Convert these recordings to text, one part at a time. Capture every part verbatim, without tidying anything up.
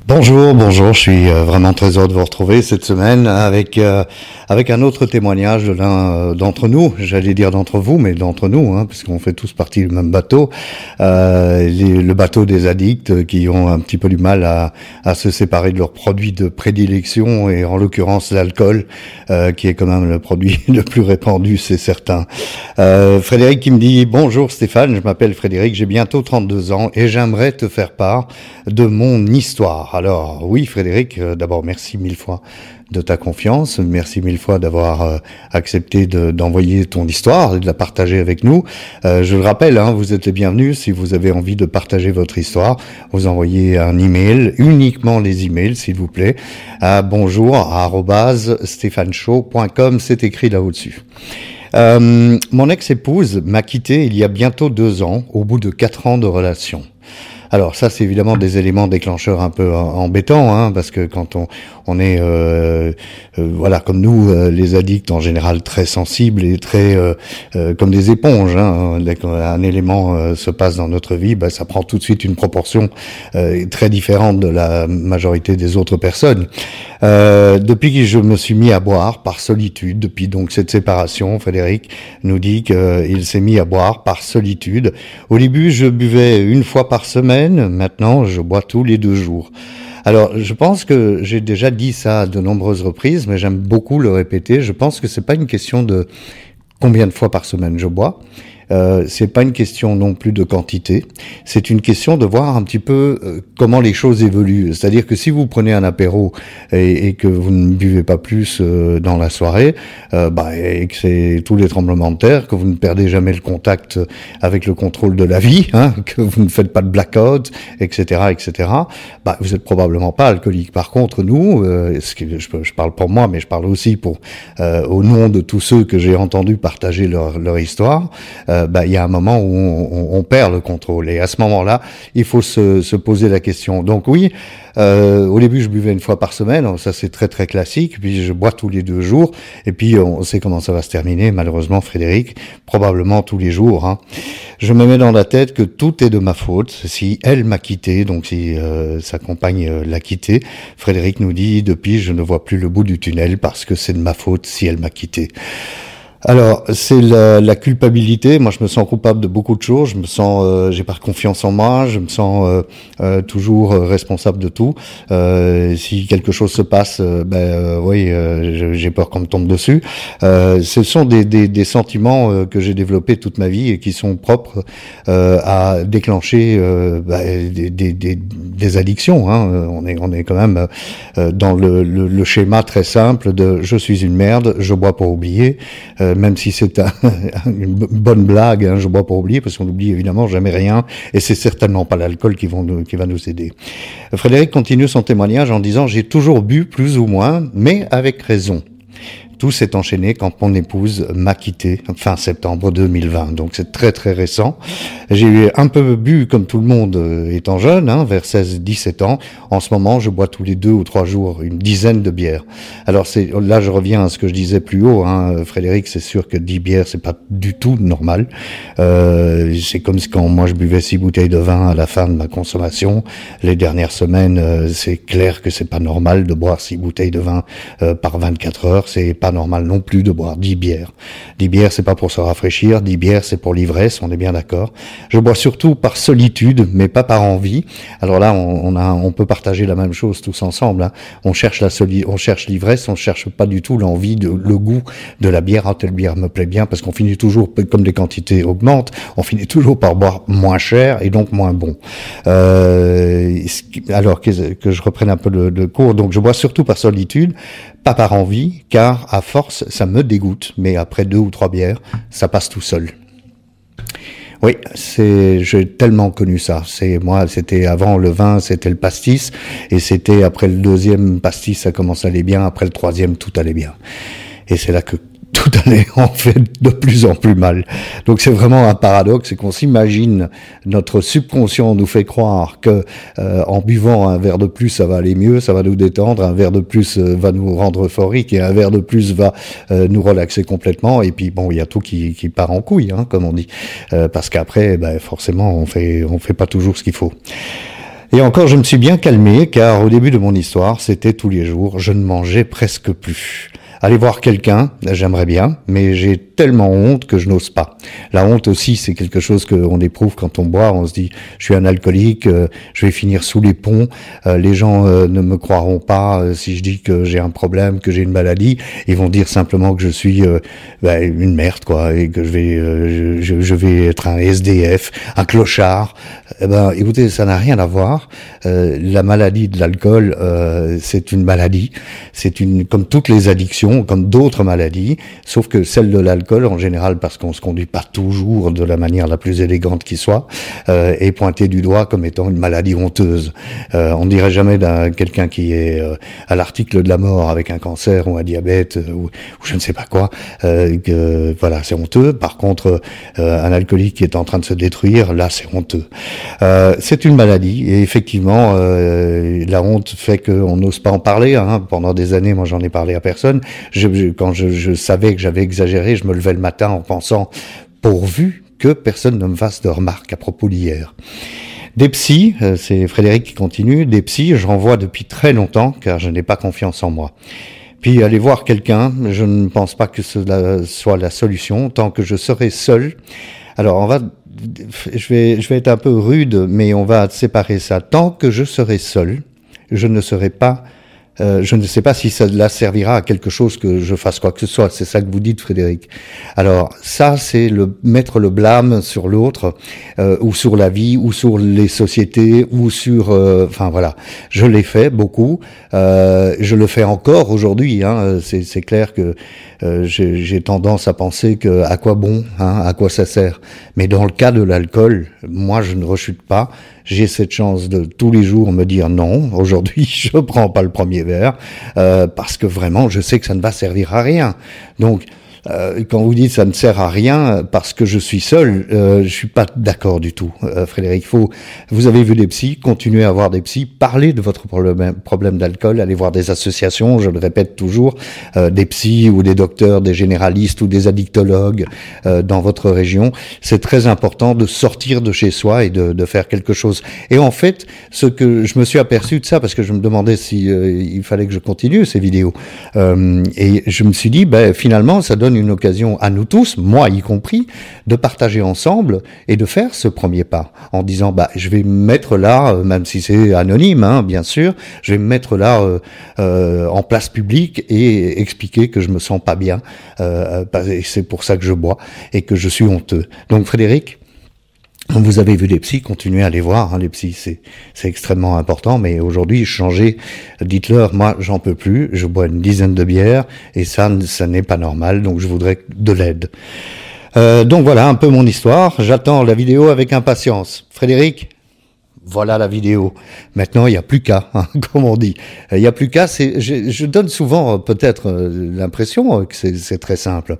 Bonjour, bonjour, je suis euh, vraiment très heureux de vous retrouver cette semaine avec euh, avec un autre témoignage de l'un euh, d'entre nous, j'allais dire d'entre vous, mais d'entre nous, hein, parce qu'on fait tous partie du même bateau, euh, les, le bateau des addicts qui ont un petit peu du mal à, à se séparer de leurs produits de prédilection, et en l'occurrence l'alcool, euh, qui est quand même le produit le plus répandu, c'est certain. Euh, Frédéric qui me dit « Bonjour Stéphane, je m'appelle Frédéric, j'ai bientôt trente-deux ans et j'aimerais te faire part de mon histoire. » Alors oui Frédéric, euh, d'abord merci mille fois de ta confiance, merci mille fois d'avoir euh, accepté de, d'envoyer ton histoire et de la partager avec nous. Euh, je le rappelle, hein, vous êtes les bienvenus si vous avez envie de partager votre histoire. Vous envoyez un email, uniquement les emails s'il vous plaît, à bonjour arobase stéphaneshow point com, c'est écrit là au-dessus. Euh, mon ex-épouse m'a quitté il y a bientôt deux ans, au bout de quatre ans de relation. Alors ça, c'est évidemment des éléments déclencheurs un peu embêtants, hein, parce que quand on on est euh, euh, voilà, comme nous, euh, les addicts en général très sensibles et très euh, euh, comme des éponges, hein, dès qu'un élément euh, se passe dans notre vie, bah, ça prend tout de suite une proportion euh, très différente de la majorité des autres personnes. Euh, depuis que je me suis mis à boire par solitude, depuis donc cette séparation, Frédéric nous dit qu'il s'est mis à boire par solitude. Au début, je buvais une fois par semaine, maintenant je bois tous les deux jours. Alors, je pense que j'ai déjà dit ça à de nombreuses reprises, mais j'aime beaucoup le répéter. Je pense que c'est pas une question de combien de fois par semaine je bois. Euh, c'est pas une question non plus de quantité, c'est une question de voir un petit peu euh, comment les choses évoluent. C'est-à-dire que si vous prenez un apéro et, et que vous ne buvez pas plus euh, dans la soirée, euh, bah, et que c'est tous les tremblements de terre, que vous ne perdez jamais le contact avec le contrôle de la vie, hein, que vous ne faites pas de blackout, et cetera, et cetera. Bah, vous êtes probablement pas alcoolique. Par contre, nous, euh, ce que je, je parle pour moi, mais je parle aussi pour euh, au nom de tous ceux que j'ai entendus partager leur, leur histoire. Euh, Bah, il y a un moment où on, on, on perd le contrôle, et à ce moment-là, il faut se, se poser la question. Donc oui, euh, au début, je buvais une fois par semaine, ça c'est très très classique, puis je bois tous les deux jours, et puis on sait comment ça va se terminer, malheureusement Frédéric, probablement tous les jours. Hein. Je me mets dans la tête que tout est de ma faute, si elle m'a quitté, donc si euh, sa compagne euh, l'a quitté. Frédéric nous dit, depuis je ne vois plus le bout du tunnel, parce que c'est de ma faute si elle m'a quitté. Alors, c'est la, la culpabilité. Moi, je me sens coupable de beaucoup de choses. Je me sens, euh, j'ai pas confiance en moi. Je me sens euh, euh, toujours responsable de tout. Euh, si quelque chose se passe, euh, ben euh, oui, euh, j'ai peur qu'on me tombe dessus. Euh, ce sont des, des, des sentiments euh, que j'ai développés toute ma vie et qui sont propres euh, à déclencher euh, ben, des, des, des, des addictions. Hein. On est, on est quand même euh, dans le, le, le schéma très simple de je suis une merde, je bois pour oublier. Euh, même si c'est un, une bonne blague, hein, je bois pour oublier, parce qu'on n'oublie évidemment jamais rien, et c'est certainement pas l'alcool qui, vont nous, qui va nous aider. Frédéric continue son témoignage en disant « J'ai toujours bu plus ou moins, mais avec raison. » Tout s'est enchaîné quand mon épouse m'a quitté fin septembre deux mille vingt, donc c'est très très récent. J'ai eu un peu bu comme tout le monde euh, étant jeune, hein, vers seize dix-sept ans. En ce moment, je bois tous les deux ou trois jours une dizaine de bières. Alors c'est là, je reviens à ce que je disais plus haut, hein, Frédéric, c'est sûr que dix bières, c'est pas du tout normal. Euh, c'est comme si quand moi je buvais six bouteilles de vin à la fin de ma consommation. Les dernières semaines, euh, c'est clair que c'est pas normal de boire six bouteilles de vin euh, par vingt-quatre heures. C'est pas normal non plus de boire dix bières. dix bières, c'est pas pour se rafraîchir, dix bières, c'est pour l'ivresse, on est bien d'accord. Je bois surtout par solitude, mais pas par envie. Alors là, on, on a, on peut partager la même chose tous ensemble, hein. On cherche la soli- on cherche l'ivresse, on cherche pas du tout l'envie, de, le goût de la bière. Ah, telle bière me plaît bien, parce qu'on finit toujours, comme les quantités augmentent, on finit toujours par boire moins cher et donc moins bon. Euh, alors que, que je reprenne un peu le, le cours, donc je bois surtout par solitude, pas par envie, car à force, ça me dégoûte, mais après deux ou trois bières, ça passe tout seul. Oui, c'est, j'ai tellement connu ça. C'est moi, c'était avant le vin, c'était le pastis, et c'était après le deuxième pastis, ça commence à aller bien, après le troisième, tout allait bien. Et c'est là que tout allait en fait de plus en plus mal. Donc c'est vraiment un paradoxe, c'est qu'on s'imagine, notre subconscient nous fait croire que euh, en buvant un verre de plus ça va aller mieux, ça va nous détendre, un verre de plus euh, va nous rendre euphorique, et un verre de plus va euh, nous relaxer complètement, et puis bon, il y a tout qui, qui part en couille, hein, comme on dit, euh, parce qu'après ben, forcément on fait on fait pas toujours ce qu'il faut. Et encore, je me suis bien calmé, car au début de mon histoire, c'était tous les jours, je ne mangeais presque plus. Aller voir quelqu'un, j'aimerais bien, mais j'ai tellement honte que je n'ose pas. La honte aussi, c'est quelque chose qu'on éprouve quand on boit. On se dit, je suis un alcoolique, euh, je vais finir sous les ponts. Euh, les gens euh, ne me croiront pas euh, si je dis que j'ai un problème, que j'ai une maladie. Ils vont dire simplement que je suis euh, bah, une merde, quoi, et que je vais, euh, je, je vais être un S D F, un clochard. Eh ben, écoutez, ça n'a rien à voir. Euh, la maladie de l'alcool, euh, c'est une maladie. C'est une, comme toutes les addictions, comme d'autres maladies, sauf que celle de l'alcool, en général, parce qu'on se conduit pas toujours de la manière la plus élégante qui soit, euh, est pointée du doigt comme étant une maladie honteuse. Euh, on dirait jamais d'un quelqu'un qui est euh, à l'article de la mort avec un cancer ou un diabète euh, ou, ou je ne sais pas quoi, euh, que voilà, c'est honteux. Par contre, euh, un alcoolique qui est en train de se détruire, là, c'est honteux. Euh, c'est une maladie et effectivement, euh, la honte fait qu'on n'ose pas en parler. Hein. Pendant des années, moi, j'en ai parlé à personne. Je, je, quand je, je savais que j'avais exagéré, je me levais le matin en pensant pourvu que personne ne me fasse de remarques à propos d'hier. Des psys, euh, c'est Frédéric qui continue, des psys, j'en vois depuis très longtemps car je n'ai pas confiance en moi. Puis aller voir quelqu'un, je ne pense pas que cela soit la solution tant que je serai seul. Alors on va, je vais, je vais être un peu rude, mais on va séparer ça. Tant que je serai seul, je ne serai pas Euh, je ne sais pas si cela servira à quelque chose que je fasse quoi que ce soit. C'est ça que vous dites, Frédéric. Alors, ça, c'est le mettre le blâme sur l'autre, euh, ou sur la vie, ou sur les sociétés, ou sur... Euh, enfin, voilà. Je l'ai fait beaucoup. Euh, je le fais encore aujourd'hui. Hein. C'est, c'est clair que euh, j'ai, j'ai tendance à penser que à quoi bon, hein, à quoi ça sert. Mais dans le cas de l'alcool, moi, je ne rechute pas. J'ai cette chance de tous les jours me dire non, aujourd'hui je prends pas le premier verre, euh, parce que vraiment je sais que ça ne va servir à rien. Donc Euh, quand vous dites ça ne sert à rien parce que je suis seul, euh, je suis pas d'accord du tout, euh, Frédéric. Faut, vous avez vu des psys, continuez à voir des psys, parlez de votre problème, problème d'alcool, allez voir des associations, je le répète toujours, euh, des psys ou des docteurs, des généralistes ou des addictologues euh, dans votre région. C'est très important de sortir de chez soi et de, de faire quelque chose. Et en fait, ce que je me suis aperçu de ça, parce que je me demandais si euh, il fallait que je continue ces vidéos, euh, et je me suis dit, ben finalement, ça donne une occasion à nous tous, moi y compris, de partager ensemble et de faire ce premier pas en disant bah je vais me mettre là, euh, même si c'est anonyme, hein, bien sûr, je vais me mettre là euh, euh, en place publique et expliquer que je me sens pas bien, euh, et c'est pour ça que je bois et que je suis honteux. Donc Frédéric, vous avez vu des psys, continuez à les voir, hein, les psys, c'est, c'est extrêmement important, mais aujourd'hui, changez, dites-leur, moi, j'en peux plus, je bois une dizaine de bières, et ça, ça n'est pas normal, donc je voudrais de l'aide. Euh, donc voilà un peu mon histoire, j'attends la vidéo avec impatience. Frédéric, voilà la vidéo. Maintenant, il n'y a plus qu'à, hein, comme on dit. Il n'y a plus qu'à, c'est, je, je donne souvent peut-être l'impression que c'est, c'est très simple.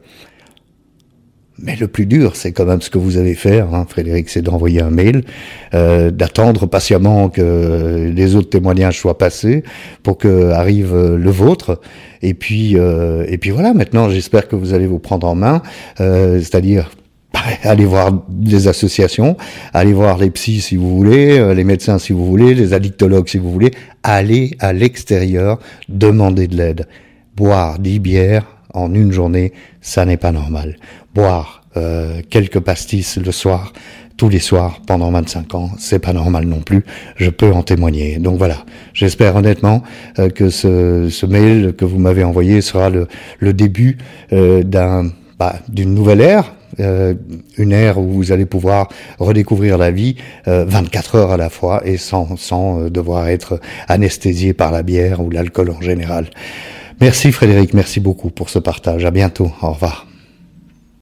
Mais le plus dur, c'est quand même ce que vous allez faire, hein, Frédéric, c'est d'envoyer un mail, euh, d'attendre patiemment que les autres témoignages soient passés pour que arrive le vôtre. Et puis, euh, et puis voilà. Maintenant, j'espère que vous allez vous prendre en main, euh, c'est-à-dire aller voir des associations, aller voir les psys si vous voulez, les médecins si vous voulez, les addictologues si vous voulez. Aller à l'extérieur, demander de l'aide. Boire dix bières en une journée, ça n'est pas normal. Boire euh, quelques pastis le soir, tous les soirs, pendant vingt-cinq ans, c'est pas normal non plus. Je peux en témoigner. Donc voilà, j'espère honnêtement euh, que ce, ce mail que vous m'avez envoyé sera le, le début euh, d'un, bah, d'une nouvelle ère. Euh, une ère où vous allez pouvoir redécouvrir la vie euh, vingt-quatre heures à la fois et sans, sans euh, devoir être anesthésié par la bière ou l'alcool en général. Merci Frédéric, merci beaucoup pour ce partage. À bientôt. Au revoir.